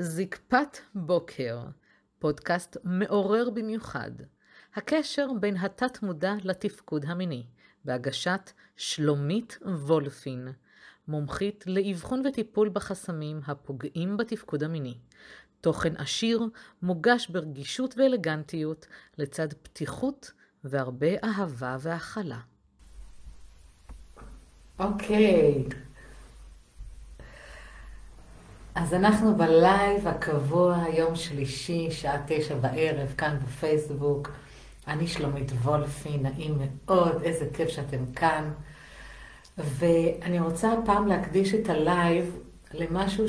זקפת בוקר, פודקאסט מעורר במיוחד. הקשר בין התת מודע לתפקוד המיני, בהגשת שלומית וולפין, מומחית לאבחון וטיפול בחסמים הפוגעים בתפקוד המיני. תוכן עשיר, מוגש ברגישות ואלגנטיות, לצד פתיחות והרבה אהבה והכלה. אוקיי. אז אנחנו בלייב הקבוע, יום שלישי, שעה 9 בערב, כאן בפייסבוק. אני שלומית וולפין, נעים מאוד, איזה כיף שאתם כאן. ואני רוצה הפעם להקדיש את הלייב למשהו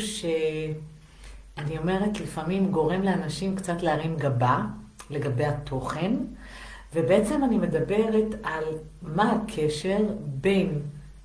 שאני אומרת לפעמים גורם לאנשים קצת להרים גבה, לגבי התוכן. ובעצם אני מדברת על מה הקשר בין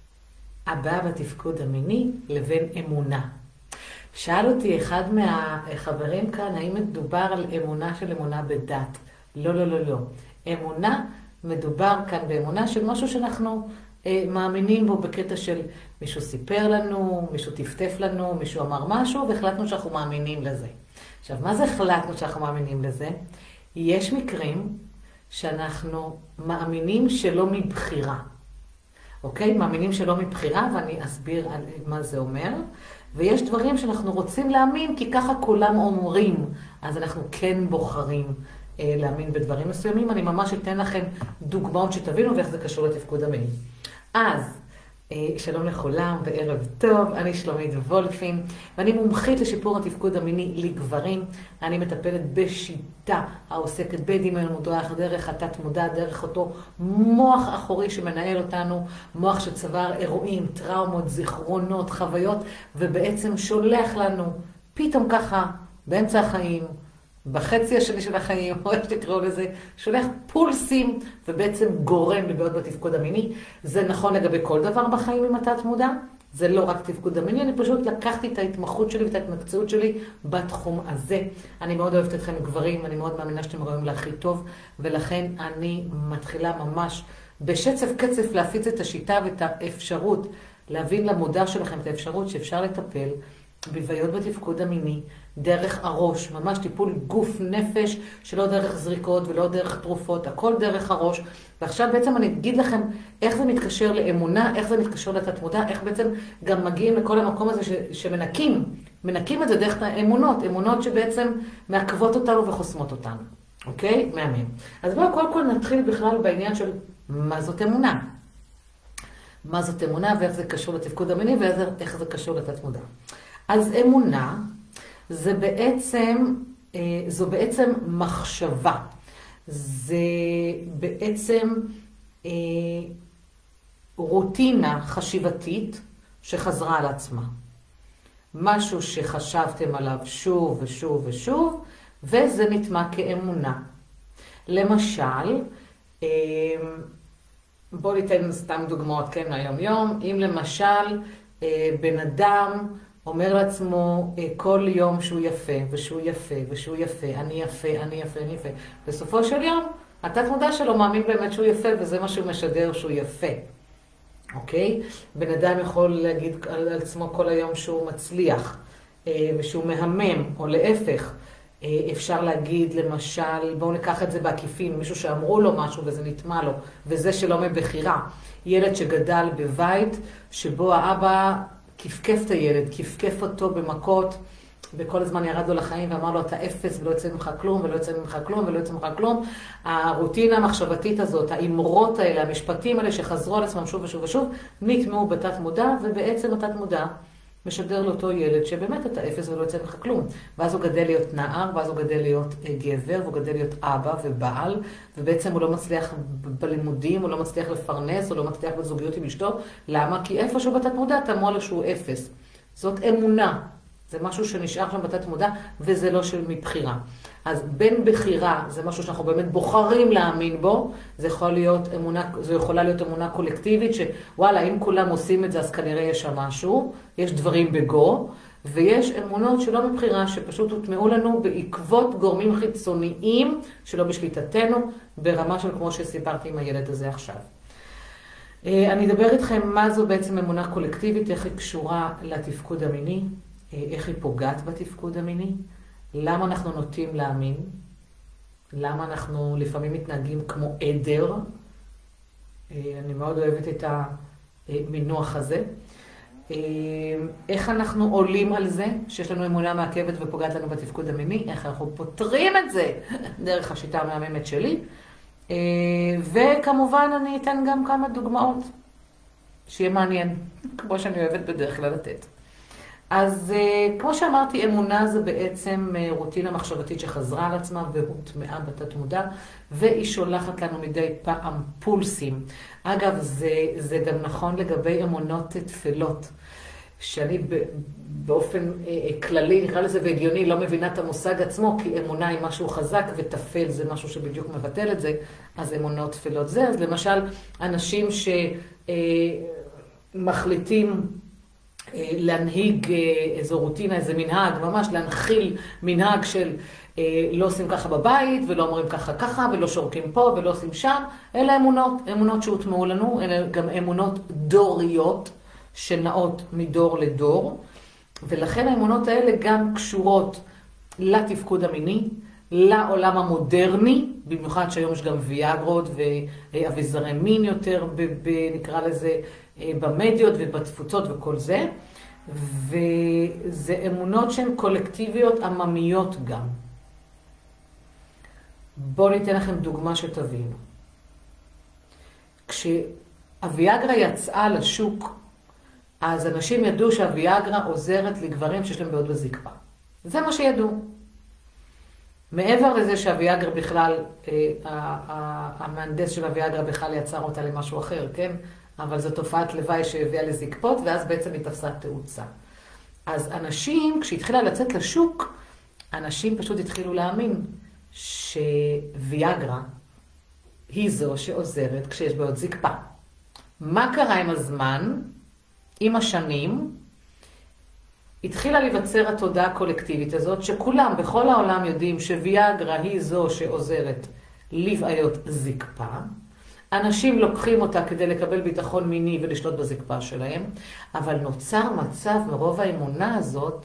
הבעיה בתפקוד המיני לבין אמונה. שאל אותי אחד מהחברים כאן, האם מדובר על אמונה של אמונה בדת? לא, לא, לא, לא. אמונה, מדובר כאן באמונה של משהו שאנחנו מאמינים בו בקטע של מישהו סיפר לנו, מישהו טפטף לנו, מישהו אמר משהו, והחלטנו שאנחנו מאמינים לזה. עכשיו, מה זה החלטנו שאנחנו מאמינים לזה? יש מקרים שאנחנו מאמינים שלא מבחירה. אוקיי? מאמינים שלא מבחירה, ואני אסביר על מה זה אומר. ויש דברים שאנחנו רוצים להאמין, כי ככה כולם אומרים, אז אנחנו כן בוחרים להאמין בדברים מסוימים. אני ממש אתן לכם דוגמאות שתבינו ואיך זה קשור לתפקוד המיני. אז, שלום לכולם וערב טוב, אני שלומית וולפין, ואני מומחית לשיפור התפקוד המיני לגברים. אני מטפלת בשיטה העוסקת בדמיון מודרך, דרך התת מודע, דרך אותו מוח אחורי שמנהל אותנו, מוח שצבר אירועים, טראומות, זיכרונות, חוויות, ובעצם שולח לנו פתאום ככה באמצע החיים, בחצי השני של החיים, או איך שתקראו לזה, שולח פולסים ובעצם גורם לבעיות בתפקוד המיני. זה נכון לגבי כל דבר בחיים עם התת מודע, זה לא רק תפקוד המיני, אני פשוט לקחתי את ההתמחות שלי ואת ההתמקצעות שלי בתחום הזה. אני מאוד אוהבת אתכם גברים, אני מאוד מאמינה שאתם רואים להכי טוב, ולכן אני מתחילה ממש בשצף קצף להפיץ את השיטה ואת האפשרות, להבין למודע שלכם את האפשרות שאפשר לטפל בבעיות בתפקוד המיני, דרך הראש, ממש טיפול גוף נפש, שלא דרך זריקות ולא דרך תרופות, הכל דרך הראש. ועכשיו בעצם אני אגיד לכם איך זה מתקשר לאמונה, איך זה מתקשר לתת מודע, איך בעצם גם מגיעים לכל המקום הזה מנקים את זה דרך האמונות, אמונות שבעצם מעכבות אותנו וחוסמות אותנו. אוקיי? מהמם. אז בואו קודם כל נתחיל בכלל בעניין של מה זאת אמונה. מה זאת אמונה ואיך זה קשור לתפקוד המיני ואיך זה קשור לתת מודע. אז אמונה זו בעצם מחשבה. זה בעצם רוטינה חשיבתית שחזרה על עצמה. משהו שחשבתם עליו שוב ושוב ושוב, וזה נטמע כאמונה. למשל, בואו ניתן סתם דוגמאות, כן, מהיום יום. אם למשל בן אדם אומר לעצמו כל יום שהוא יפה, ושהוא יפה, ושהוא יפה, אני יפה, אני יפה, אני יפה. בסופו של יום, התת מודע שלו מאמין באמת שהוא יפה, וזה מה שהוא משדר שהוא יפה. אוקיי? בן אדם יכול להגיד על עצמו כל היום שהוא מצליח, ושהוא מהמם, או להפך. אפשר להגיד למשל, בואו ניקח את זה בעקיפין, מישהו שאמרו לו משהו וזה נטמע לו, וזה שלא מבחירה. ילד שגדל בבית שבו האבא כפכף את הילד, כפכף אותו במכות, וכל הזמן ירד לו לחיים ואמר לו, אתה אפס ולא יוצא ממך כלום, ולא יוצא ממך כלום, ולא יוצא ממך כלום. הרוטינה המחשבתית הזאת, האמרות האלה, המשפטים האלה שחזרו על עצמם שוב ושוב ושוב, נטמעו בתת מודע, ובעצם התת מודע משדר לאותו ילד שבאמת אתה אפס ולא יוצא ממך כלום. ואז הוא גדל להיות נער, ואז הוא גדל להיות גבר, והוא גדל להיות אבא ובעל, ובעצם הוא לא מצליח בלימודים, הוא לא מצליח לפרנס, הוא לא מצליח בזוגיות עם אשתו. למה? כי איפשהו בתת מודע תמוה לו שהוא אפס. זאת אמונה. זה משהו שנשאר שם בתת מודע, וזה לא של מבחירה. אז בין בחירה, זה משהו שאנחנו באמת בוחרים להאמין בו, זה יכולה להיות אמונה קולקטיבית, שוואלה, אם כולם עושים את זה, אז כנראה יש שם משהו, יש דברים בגו, ויש אמונות שלא מבחירה, שפשוט הוטמעו לנו בעקבות גורמים חיצוניים, שלא בשליטתנו, ברמה של כמו שסיפרתי עם הילד הזה עכשיו. אני אדבר איתכם מה זו בעצם אמונה קולקטיבית, איך היא קשורה לתפקוד המיני. איך היא פוגעת בתפקוד המיני, למה אנחנו נוטים להאמין, למה אנחנו לפעמים מתנהגים כמו עדר, אני מאוד אוהבת את המינוח הזה, איך אנחנו עולים על זה, שיש לנו אמונה מעכבת ופוגעת לנו בתפקוד המיני, איך אנחנו פותרים את זה דרך השיטה המהממת שלי, וכמובן אני אתן גם כמה דוגמאות, שיהיה מעניין, כמו שאני אוהבת בדרך כלל לתת. אז כמו שאמרתי, אמונה זה בעצם רוטינה מחשבתית שחזרה על עצמה והוטמעה בתת מודע, והיא שולחת לנו מדי פעם פולסים. אגב, זה גם נכון לגבי אמונות תפלות, שאני באופן כללי, נקרא לזה והגיוני, לא מבינה את המושג עצמו, כי אמונה היא משהו חזק ותפל זה משהו שבדיוק מבטל את זה, אז אמונות תפלות זה. אז למשל, אנשים שמחליטים להנהיג איזו רוטינה, איזה מנהג, ממש להנחיל מנהג של לא עושים ככה בבית, ולא אומרים ככה, ולא שורקים פה, ולא עושים שם, אלה אמונות שהוטמעו לנו, אלה גם אמונות דוריות, שנעות מדור לדור, ולכן האמונות האלה גם קשורות לתפקוד המיני, לעולם המודרני, במיוחד שהיום יש גם ויאגרות ואביזרי מין יותר, נקרא לזה, במדיות ובתפוצות וכל זה, וזה אמונות שהן קולקטיביות עממיות גם. בואו ניתן לכם דוגמה שתבינו. כשהוויאגרה יצאה לשוק, אז אנשים ידעו שהוויאגרה עוזרת לגברים שיש להם בעיות בזקפה. זה מה שידעו. מעבר לזה שהוויאגרה בכלל, המהנדס של הוויאגרה בכלל יצר אותה למשהו אחר, כן? אבל זו תופעת לוואי שהביאה לזקפות, ואז בעצם היא תפסה תאוצה. אז אנשים, כשהתחילה לצאת לשוק, אנשים פשוט התחילו להאמין שוויאגרה היא זו שעוזרת כשיש בעיות זקפה. מה קרה עם הזמן? עם השנים, התחילה להיווצר התודעה הקולקטיבית הזאת, שכולם בכל העולם יודעים שוויאגרה היא זו שעוזרת לבעיות זקפה. אנשים לוקחים אותה כדי לקבל ביטחון מיני ולשלוט בזקפה שלהם, אבל נוצר מצב מרוב האמונה הזאת,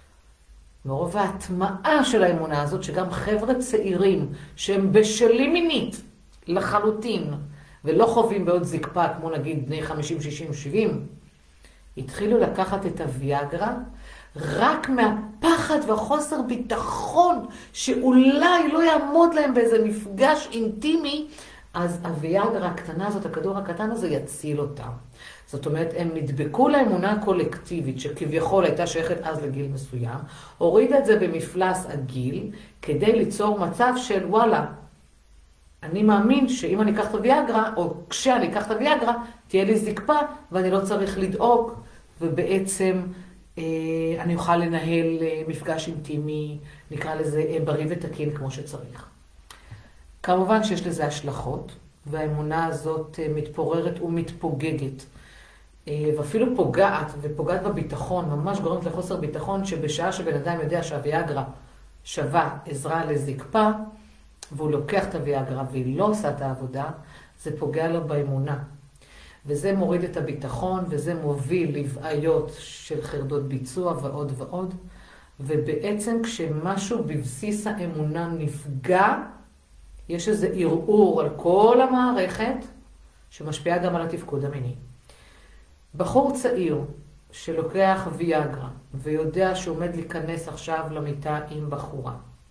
מרוב ההטמעה של האמונה הזאת, שגם חבר'ה צעירים שהם בשלים מינית לחלוטין, ולא חווים בעוד זקפה, כמו נגיד בני 50, 60, 70, התחילו לקחת את הוויאגרה, רק מהפחד והחוסר ביטחון, שאולי לא יעמוד להם באיזה מפגש אינטימי, אז הוויאגרה הקטנה הזאת, הכדור הקטן הזה, יציל אותם. זאת אומרת, הם נדבקו לאמונה הקולקטיבית, שכביכול הייתה שייכת אז לגיל מסוים, הורידה את זה במפלס הגיל, כדי ליצור מצב של וואלה, אני מאמין שאם אני אקח את הוויאגרה, או כשאני אקח את הוויאגרה, תהיה לי זקפה, ואני לא צריך לדאוג, ובעצם אני אוכל לנהל מפגש אינטימי, נקרא לזה בריא ותקין כמו שצריך. כמובן שיש לזה השלכות, והאמונה הזאת מתפוררת ומתפוגגת, ואפילו פוגעת בביטחון, ממש גורמת לחוסר ביטחון, שבשעה שבן אדם יודע שהוויאגרה שווה עזרה לזקפה, והוא לוקח את הוויאגרה והיא לא עושה את העבודה, זה פוגע לו באמונה. וזה מוריד את הביטחון, וזה מוביל לבעיות של חרדות ביצוע ועוד ועוד. ובעצם כשמשהו בבסיס האמונה נפגע, יש איזה ערעור על כל המערכת, שמשפיעה גם על התפקוד המיני. בחור צעיר שלוקח ויאגרה, ויודע שעומד להיכנס עכשיו למיטה עם בחורה,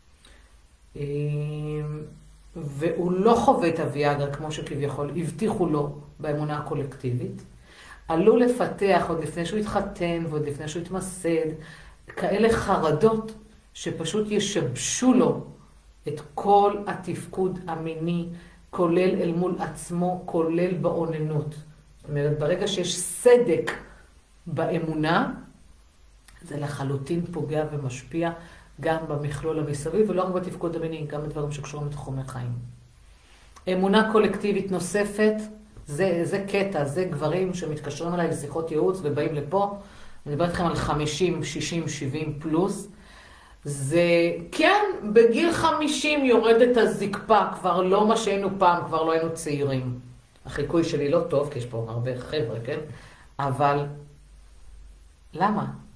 והוא לא חווה את הוויאגרה כמו שכביכול הבטיחו לו באמונה הקולקטיבית, עלול לפתח עוד לפני שהוא התחתן ועוד לפני שהוא התמסד, כאלה חרדות שפשוט ישבשו לו את כל התפקוד המיני, כולל אל מול עצמו, כולל באוננות. זאת אומרת, ברגע שיש סדק באמונה, זה לחלוטין פוגע ומשפיע גם במכלול המסביב, ולא רק בתפקוד המיני, גם בדברים שקשורים לתחומי חיים. אמונה קולקטיבית נוספת, זה קטע, זה גברים שמתקשרים אליי לשיחות ייעוץ ובאים לפה, אני מדבר איתכם על 50, 60, 70 פלוס, זה כן, בגיל 50 יורדת הזקפה, כבר לא מה שהיינו פעם, כבר לא היינו צעירים. החיקוי שלי לא טוב, כי יש פה הרבה חבר'ה, כן? אבל למה?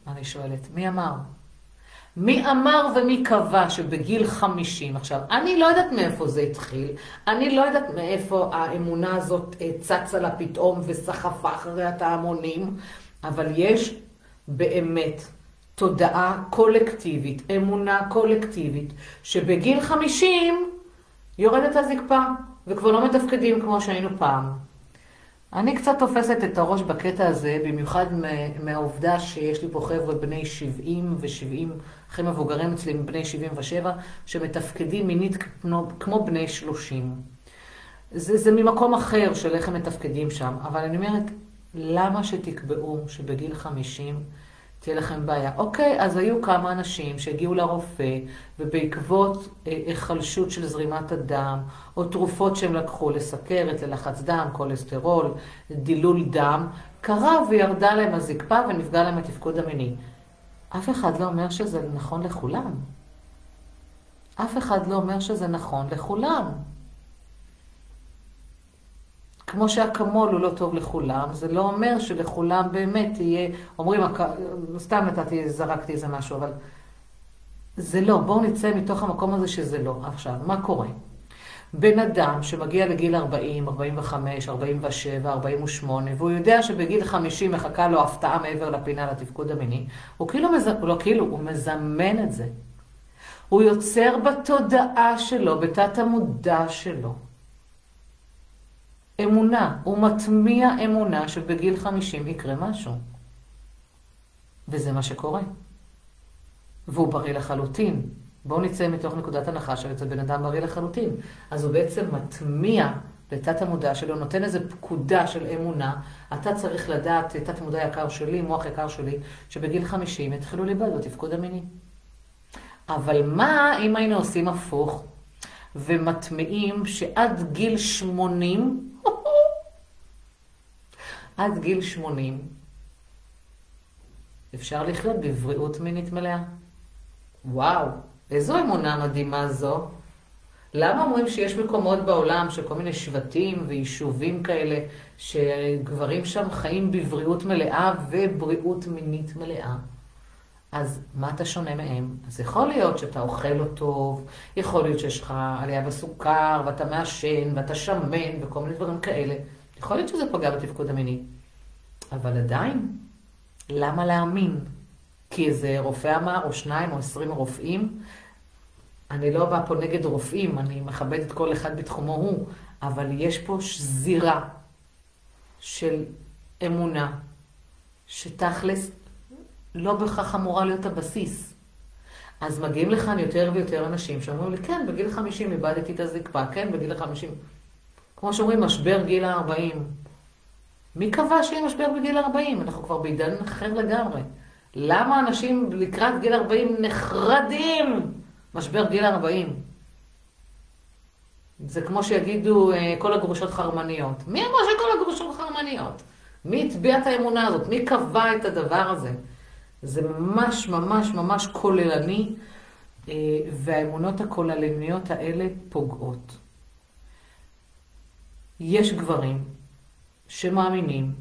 אני שואלת, מי אמר? מי אמר ומי קבע שבגיל 50, עכשיו, אני לא יודעת מאיפה זה התחיל, אני לא יודעת מאיפה האמונה הזאת צצה לה פתאום וסחפה אחרי ההמונים, אבל יש באמת תודעה קולקטיבית, אמונה קולקטיבית, שבגיל 50 יורדת הזקפה, וכבר לא מתפקדים כמו שהיינו פעם. אני קצת תופסת את הראש בקטע הזה, במיוחד מהעובדה שיש לי פה חבר'ה בני 70 ו-70, הכי מבוגרים אצלי בני 77, שמתפקדים מינית כמו בני 30. זה ממקום אחר של איך הם מתפקדים שם, אבל אני אומרת, למה שתקבעו שבגיל 50 תהיה לכם בעיה? אוקיי, אז היו כמה אנשים שהגיעו לרופא, ובעקבות החלשות של זרימת הדם, או תרופות שהם לקחו לסכרת, ללחץ דם, כולסטרול, דילול דם, קרה וירדה להם הזקפה ונפגע להם התפקוד המיני. אף אחד לא אומר שזה נכון לכולם. אף אחד לא אומר שזה נכון לכולם. כמו שהאקמול הוא לא טוב לכולם, זה לא אומר שלכולם באמת יהיה, אומרים, סתם זרקתי איזה משהו, אבל זה לא, בואו נצא מתוך המקום הזה שזה לא. עכשיו, מה קורה? בן אדם שמגיע לגיל 40, 45, 47, 48, והוא יודע שבגיל 50 מחכה לו הפתעה מעבר לפינה לתפקוד המיני, הוא מזמן את זה. הוא יוצר בתודעה שלו, בתת המודע שלו, אמונה, הוא מטמיע אמונה שבגיל 50 יקרה משהו. וזה מה שקורה. והוא בריא לחלוטין. בואו נצא מתוך נקודת הנחה שזה בן אדם בריא לחלוטין. אז הוא בעצם מטמיע לתת המודע שלו, נותן איזו פקודה של אמונה. אתה צריך לדעת, תת המודע יקר שלי, מוח יקר שלי, שבגיל 50 יתחילו לאבד בתפקוד המיני. אבל מה אם היינו עושים הפוך ומטמיעים שעד גיל 80, עד גיל 80, אפשר לחיות בבריאות מינית מלאה? וואו, איזו אמונה מדהימה זו. למה אומרים שיש מקומות בעולם שכל מיני שבטים ויישובים כאלה שגברים שם חיים בבריאות מלאה ובריאות מינית מלאה? אז מה אתה שונה מהם? אז יכול להיות שאתה אוכל לא טוב, יכול להיות שיש לך עלייה בסוכר ואתה מעשן ואתה שמן וכל מיני דברים כאלה. יכול להיות שזה פגע בתפקוד המיני. אבל עדיין, למה להאמין? כי איזה רופא אמר, או 2 או 20 רופאים, אני לא בא פה נגד רופאים, אני מכבד את כל אחד בתחומו הוא, אבל יש פה זירה של אמונה, שתכלס לא בכך אמורה להיות הבסיס. אז מגיעים לכאן יותר ויותר אנשים שאומרים לי, כן, בגיל 50 איבדתי את הזקפה, כן, בגיל 50. כמו שאומרים, משבר גיל 40. מי קבע שיהיה משבר בגיל 40? אנחנו כבר בעידן אחר לגמרי. למה אנשים לקראת גיל 40 נחרדים? משבר גיל 40. זה כמו שיגידו כל הגרושות חרמניות. מי אמר שכל הגרושות חרמניות? מי הצביע את האמונה הזאת? מי קבע את הדבר הזה? זה ממש ממש ממש כוללני, והאמונות הכוללניות האלה פוגעות. יש גברים שמאמינים,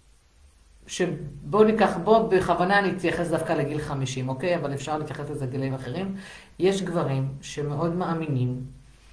בוא בכוונה אני אתייחס דווקא לגיל 50, אוקיי? אבל אפשר להתייחס לזה גילאים אחרים. יש גברים שמאוד מאמינים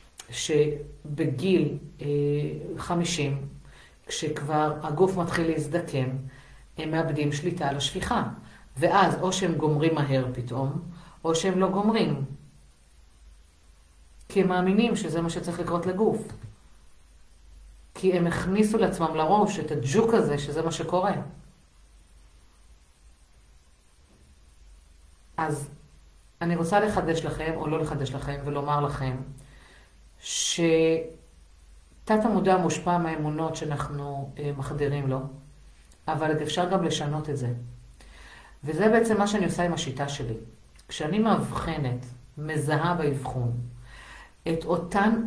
שבגיל 50, כשכבר הגוף מתחיל להזדקן, הם מאבדים שליטה על השפיכה. ואז או שהם גומרים מהר פתאום, או שהם לא גומרים. כי הם מאמינים שזה מה שצריך לקרות לגוף. כי הם הכניסו לעצמם לראש את הג'וק הזה, שזה מה שקורה. אז אני רוצה לחדש לכם, או לא לחדש לכם, ולומר לכם, שתת המודע מושפע מהאמונות שאנחנו מחדירים לו, אבל אפשר גם לשנות את זה. וזה בעצם מה שאני עושה עם השיטה שלי. כשאני מאבחנת, מזהה באבחון, את אותן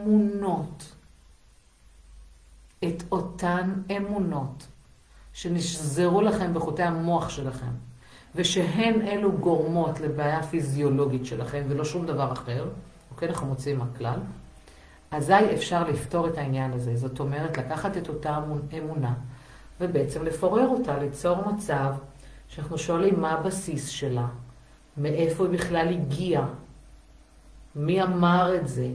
אמונות, שנשזרו לכם בחוטי המוח שלכם, ושהן אלו גורמות לבעיה פיזיולוגית שלכם, ולא שום דבר אחר, אוקיי, אנחנו מוצאים מהכלל, אזי אפשר לפתור את העניין הזה. זאת אומרת, לקחת את אותה אמונה, ובעצם לפורר אותה, ליצור מצב שאנחנו שואלים מה הבסיס שלה, מאיפה היא בכלל הגיעה, מי אמר את זה,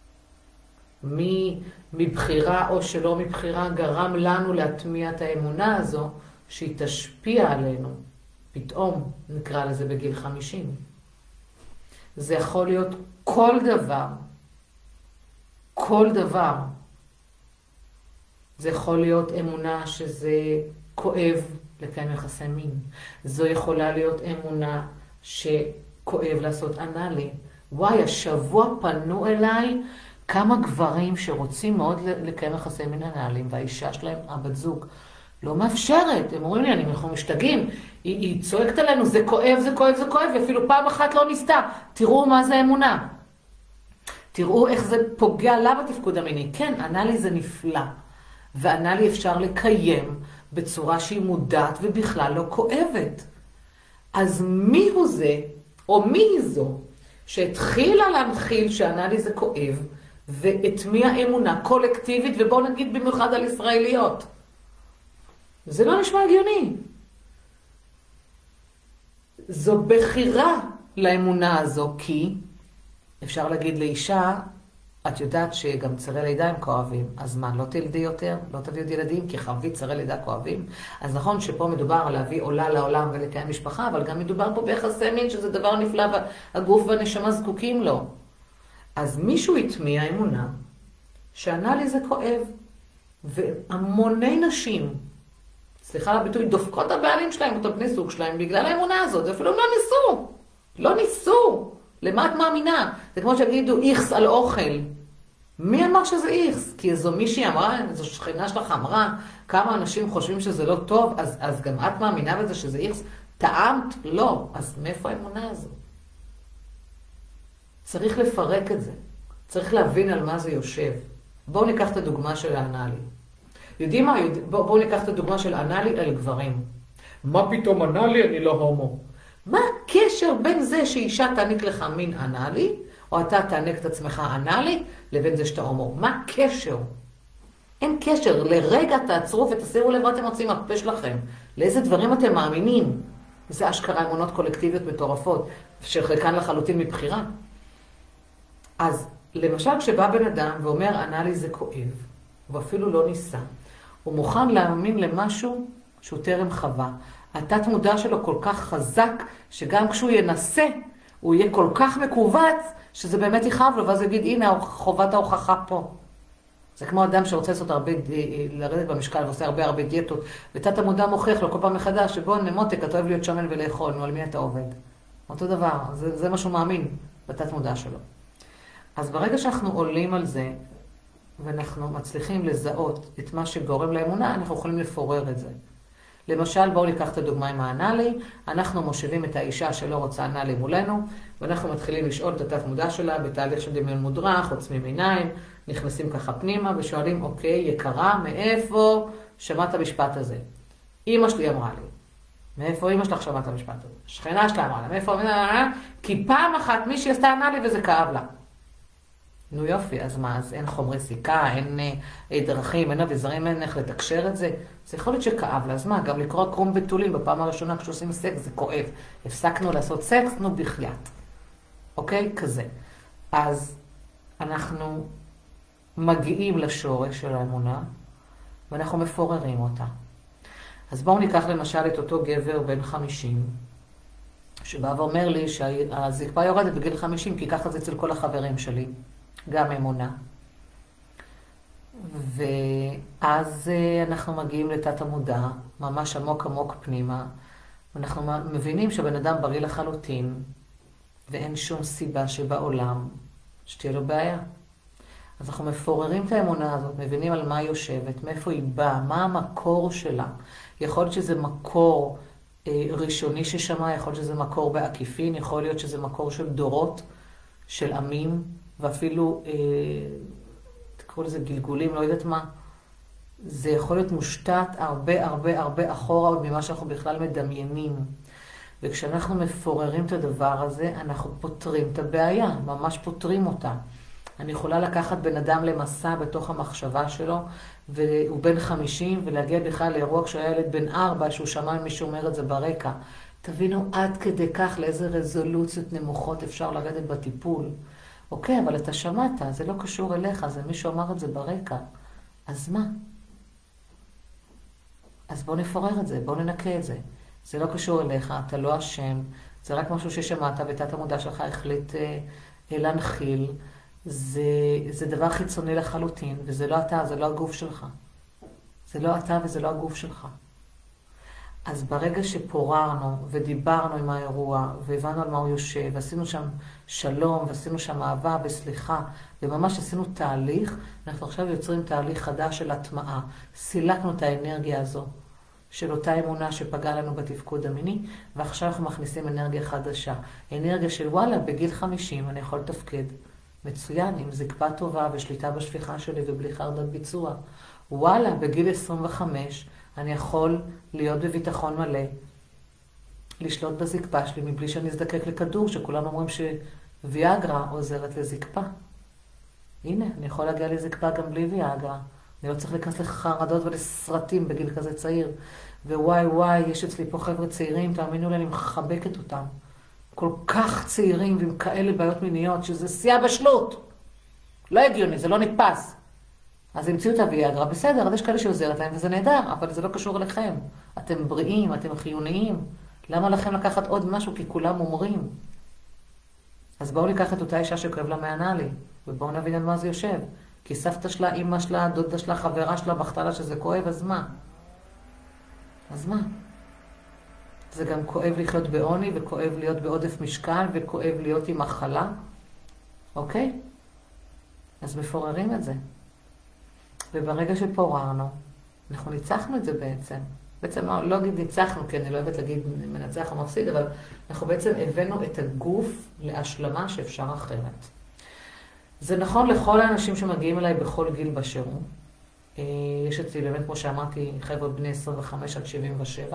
מי מבחירה או שלא מבחירה גרם לנו להטמיע את האמונה הזו, שהיא תשפיע עלינו, פתאום נקרא לזה בגיל 50. זה יכול להיות כל דבר, כל דבר. זה יכול להיות אמונה שזה כואב לקיים יחסי מין. זו יכולה להיות אמונה שכואב לעשות אנאלי. וואי, השבוע פנו אליי כמה גברים שרוצים מאוד לקיים יחסי מין אנאליים, והאישה שלהם, הבת זוג, לא מאפשרת. הם אומרים לי, אנחנו משתגעים, היא צועקת עלינו, זה כואב, זה כואב, זה כואב, ואפילו פעם אחת לא ניסתה. תראו מה זה אמונה. תראו איך זה פוגע לה בתפקוד המיני. כן, אנאלי זה נפלא, ואנאלי אפשר לקיים בצורה שהיא מודעת ובכלל לא כואבת. אז מי הוא זה, או מי היא זו, שהתחילה להנחיל שאנאלי זה כואב, והטמיע אמונה קולקטיבית, ובואו נגיד במיוחד על ישראליות. זה לא נשמע הגיוני. זו בחירה לאמונה הזו, כי אפשר להגיד לאישה, את יודעת שגם צרי לידה הם כואבים, אז מה, לא תלדי יותר? לא תביא עוד ילדים? כי חווי צרי לידה כואבים? אז נכון שפה מדובר על להביא עולה לעולם ולקיים משפחה, אבל גם מדובר פה ביחסי מין, שזה דבר נפלא, והגוף והנשמה זקוקים לו. אז מישהו התמיע אמונה, שאנאלי זה כואב, והמוני נשים, סליחה על הביטוי, דופקות הבעלים שלהם, אותו בני זוג שלהם, בגלל האמונה הזאת, אפילו לא ניסו. לא ניסו. למה את מאמינה? זה כמו שיגידו איכס על אוכל. מי אמר שזה איכס? כי זו מישהי אמרה, זו שכנה שלך אמרה, כמה אנשים חושבים שזה לא טוב, אז גם את מאמינה בזה שזה איכס? טעמת? לא. אז מאיפה האמונה הזו? צריך לפרק את זה. צריך להבין על מה זה יושב. בואו ניקח את הדוגמה של האנאלי. יודעים מה? בואו ניקח את הדוגמה של אנאלי על גברים. מה פתאום אנאלי? אני לא הומו. מה הקשר בין זה שאישה תעניק לך מין אנאלי, או אתה תעניק את עצמך אנאלי, לבין זה שאתה הומו? מה הקשר? אין קשר. לרגע תעצרו ותסירו לב מה אתם רוצים מהפה שלכם. לאיזה דברים אתם מאמינים? זה אשכרה אמונות קולקטיביות מטורפות, שחלקן לחלוטין מבחירה. אז למשל כשבא בן אדם ואומר אנאלי זה כואב, הוא אפילו לא ניסה, הוא מוכן להאמין למשהו שהוא טרם חווה. התת מודע שלו כל כך חזק, שגם כשהוא ינסה, הוא יהיה כל כך מקובץ, שזה באמת יכאב לו, ואז הוא יגיד, הנה, חובת ההוכחה פה. זה כמו אדם שרוצה לעשות לרדת במשקל, ועושה הרבה דיאטות, ותת המודע מוכיח לו כל פעם מחדש, שבו מותק, אתה אוהב להיות שמן ולאכול, נו, על מי אתה עובד? אותו דבר, זה מה שהוא מאמין בתת מודע שלו. אז ברגע שאנחנו עולים על זה, ואנחנו מצליחים לזהות את מה שגורם לאמונה, אנחנו יכולים לפורר את זה. למשל, בואו ניקח את הדוגמה עם האנאלי, אנחנו מושיבים את האישה שלא רוצה אנאלי מולנו, ואנחנו מתחילים לשאול את התת מודע שלה בתהליך של דמיון מודרך, עוצמים עיניים, נכנסים ככה פנימה ושואלים, אוקיי, יקרה, מאיפה שמעת המשפט הזה? אמא שלי אמרה לי. מאיפה אמא שלך שמעת המשפט הזה? שכנה שלה אמרה לה, מאיפה? כי פעם אחת מישהי עשתה אנאלי וזה כאב לה. נו יופי, אז מה, אז אין חומרי סיכה, אין דרכים, אין אביזרים, אין איך לתקשר את זה. זה יכול להיות שכאב לה, אז מה, גם לקרוא קרום בתולים בפעם הראשונה כשעושים סקס, זה כואב. הפסקנו לעשות סקס, נו בחייאת. אוקיי? כזה. אז אנחנו מגיעים לשורש של האמונה, ואנחנו מפוררים אותה. אז בואו ניקח למשל את אותו גבר בן 50, שבא ואומר לי שהזקפה יורדת בגיל 50, כי ככה זה אצל כל החברים שלי. גם אמונה. ואז אנחנו מגיעים לתת המודע, ממש עמוק עמוק פנימה, ואנחנו מבינים שבן אדם בריא לחלוטין, ואין שום סיבה שבעולם שתהיה לו בעיה. אז אנחנו מפוררים את האמונה הזאת, מבינים על מה היא יושבת, מאיפה היא באה, מה המקור שלה. יכול להיות שזה מקור ראשוני ששמע, יכול להיות שזה מקור בעקיפין, יכול להיות שזה מקור של דורות, של עמים, ואפילו, תקראו לזה גלגולים, לא יודעת מה, זה יכול להיות מושתת הרבה אחורה ממה שאנחנו בכלל מדמיינים. וכשאנחנו מפוררים את הדבר הזה, אנחנו פותרים את הבעיה, ממש פותרים אותה. אני יכולה לקחת בן אדם למסע בתוך המחשבה שלו, והוא בן 50, ולהגיע בכלל לאירוע כשהוא היה ילד בן 4, שהוא שמע מישהו אומר את זה ברקע. תבינו עד כדי כך לאיזה רזולוציות נמוכות אפשר לרדת בטיפול. אוקיי, אבל אתה שמעת, זה לא קשור אליך, זה מישהו אמר את זה ברקע. אז מה? אז בוא נפורר את זה, בוא ננקה את זה. זה לא קשור אליך, אתה לא אשם, זה רק משהו ששמעת ותת המודע שלך החליט להנחיל. זה דבר חיצוני לחלוטין, וזה לא אתה, זה לא הגוף שלך. זה לא אתה וזה לא הגוף שלך. אז ברגע שפוררנו ודיברנו עם האירוע, והבנו על מה הוא יושב, ועשינו שם שלום, ועשינו שם אהבה וסליחה, וממש עשינו תהליך, אנחנו עכשיו יוצרים תהליך חדש של הטמעה. סילקנו את האנרגיה הזו של אותה אמונה שפגעה לנו בתפקוד המיני, ועכשיו אנחנו מכניסים אנרגיה חדשה. אנרגיה של וואלה, בגיל 50 אני יכול לתפקד מצוין, עם זקפה טובה ושליטה בשפיכה שלי ובלי חרדת ביצוע. וואלה, בגיל 25 אני יכול להיות בביטחון מלא, לשלוט בזקפה שלי מבלי שאני אזדקק לכדור, שכולם אומרים שוויאגרה עוזרת לזקפה. הנה, אני יכול להגיע לזקפה גם בלי ויאגרה. אני לא צריך להיכנס לחרדות ולסרטים בגיל כזה צעיר. ווואי וואי, יש אצלי פה חבר'ה צעירים, תאמינו לי, אני מחבקת אותם. כל כך צעירים ועם כאלה בעיות מיניות, שזה שיא הבשלות. לא הגיוני, זה לא נתפס. אז המציאו את הוויאגרה, בסדר, אז יש כאלה שעוזרת להם וזה נהדר, אבל זה לא קשור אליכם. אתם בריאים, אתם חיוניים. למה לכם לקחת עוד משהו? כי כולם אומרים. אז בואו ניקח את אותה אישה שכואב לה מהנאלי, ובואו נבין על מה זה יושב. כי סבתא שלה, אמא שלה, דודה שלה, חברה שלה, בכתה לה שזה כואב, אז מה? אז מה? זה גם כואב לחיות בעוני, וכואב להיות בעודף משקל, וכואב להיות עם מחלה. אוקיי? אז מפוררים את זה. וברגע שפוררנו, אנחנו ניצחנו את זה בעצם. בעצם לא אגיד ניצחנו, כי אני לא אוהבת להגיד מנצח או מפסיד, אבל אנחנו בעצם הבאנו את הגוף להשלמה שאפשר אחרת. זה נכון לכל האנשים שמגיעים אליי בכל גיל באשר הוא. יש אצלי באמת, כמו שאמרתי, חבר'ה בני 25 עד 77,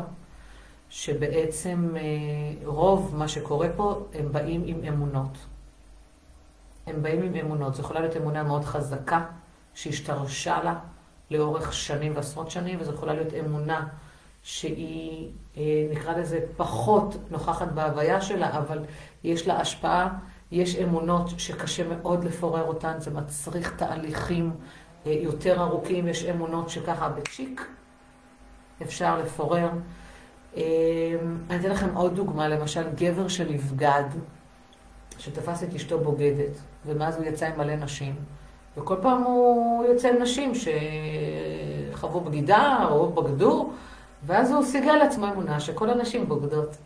שבעצם רוב מה שקורה פה, הם באים עם אמונות. הם באים עם אמונות. זו יכולה להיות אמונה מאוד חזקה, שהשתרשה לה לאורך שנים ועשרות שנים, וזו יכולה להיות אמונה שהיא, נקרא לזה, פחות נוכחת בהוויה שלה, אבל יש לה השפעה. יש אמונות שקשה מאוד לפורר אותן, זה מצריך תהליכים יותר ארוכים. יש אמונות שככה בצ'יק אפשר לפורר. אני אתן לכם עוד דוגמה, למשל גבר שנבגד, שתפס את אשתו בוגדת, ומאז הוא יצא עם מלא נשים, וכל פעם הוא יוצא עם נשים שחוו בגידה או בגדו, ואז הוא סיגל לעצמו אמונה שכל הנשים בוגדות.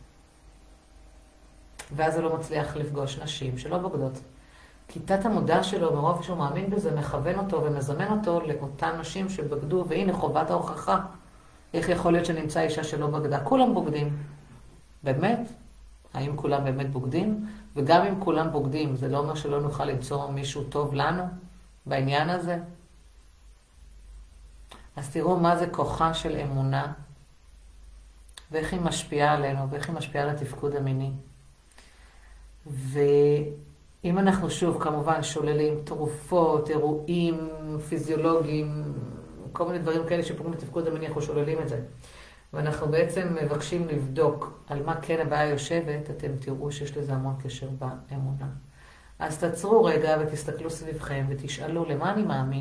ואז הוא לא מצליח לפגוש נשים שלא בוגדות. כי תת המודע שלו, מרוב שהוא מאמין בזה, מכוון אותו ומזמן אותו לאותן נשים שבגדו, והנה חובת ההוכחה. איך יכול להיות שנמצא אישה שלא בגדה? כולם בוגדים. באמת? האם כולם באמת בוגדים? וגם אם כולם בוגדים, זה לא אומר שלא נוכל למצוא מישהו טוב לנו בעניין הזה? אז תראו מה זה כוחה של אמונה, ואיך היא משפיעה עלינו, ואיך היא משפיעה על התפקוד המיני. ואם אנחנו שוב כמובן שוללים תרופות, אירועים פיזיולוגיים, כל מיני דברים כאלה שפוגעים בתפקוד המיני, אנחנו שוללים את זה. ואנחנו בעצם מבקשים לבדוק על מה כן הבעיה יושבת, אתם תראו שיש לזה המון קשר באמונה. אז תעצרו רגע ותסתכלו סביבכם ותשאלו למה אני מאמין.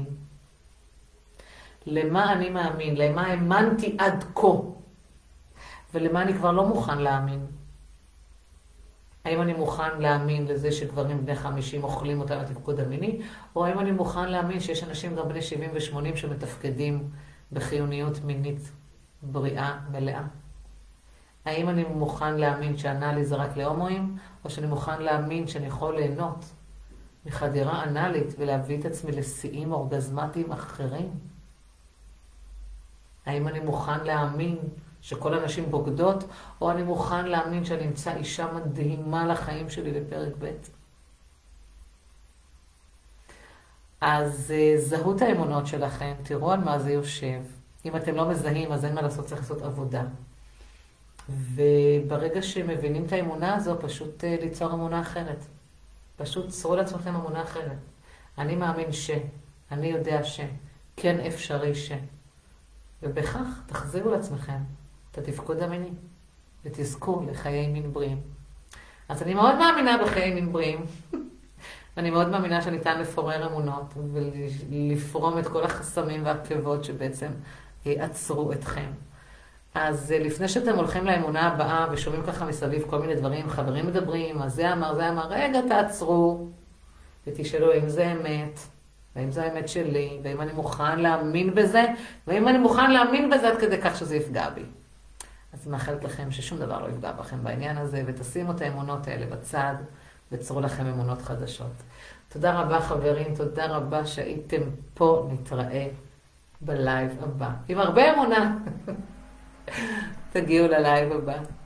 למה אני מאמין? למה האמנתי עד כה? ולמה אני כבר לא מוכן להאמין? האם אני מוכן להאמין לזה שגברים בני 50 אוכלים אותם לתפקוד המיני? או האם אני מוכן להאמין שיש אנשים גם בני 70 ו-80 שמתפקדים בחיוניות מינית בריאה מלאה? האם אני מוכן להאמין שאנלי זה רק להומואים? או שאני מוכן להאמין שאני יכול ליהנות מחדירה אנלית ולהביא את עצמי לשיאים אורגזמטיים אחרים? האם אני מוכן להאמין שכל הנשים בוגדות, או אני מוכן להאמין שאני אמצא אישה מדהימה לחיים שלי לפרק ב'? אז זהו את האמונות שלכם, תראו על מה זה יושב. אם אתם לא מזהים, אז אין מה לעשות, צריך לעשות עבודה. וברגע שמבינים את האמונה הזו, פשוט ליצור אמונה אחרת. פשוט צרו לעצמכם אמונה אחרת. אני מאמין ש, אני יודע ש, כן אפשרי ש. ובכך תחזירו לעצמכם את התפקוד המיני, ותזכו לחיי מין בריאים. אז אני מאוד מאמינה בחיי מין בריאים. אני מאוד מאמינה שניתן לפורר אמונות ולפרום את כל החסמים והעקבות שבעצם עצרו אתכם. אז לפני שאתם הולכים לאמונה הבאה ושומעים ככה מסביב כל מיני דברים, חברים מדברים, אז זה אמר, רגע תעצרו ותשאלו אם זה אמת, ואם זה האמת שלי, ואם אני מוכן להאמין בזה, ואם אני מוכן להאמין בזה עד כדי כך שזה יפגע בי. אז מאחלת לכם ששום דבר לא יפגע בכם בעניין הזה, ותשימו את האמונות האלה בצד, וצרו לכם אמונות חדשות. תודה רבה חברים, תודה רבה שהייתם פה, נתראה בלייב הבא. עם הרבה אמונה. תגיעו ללייב הבא.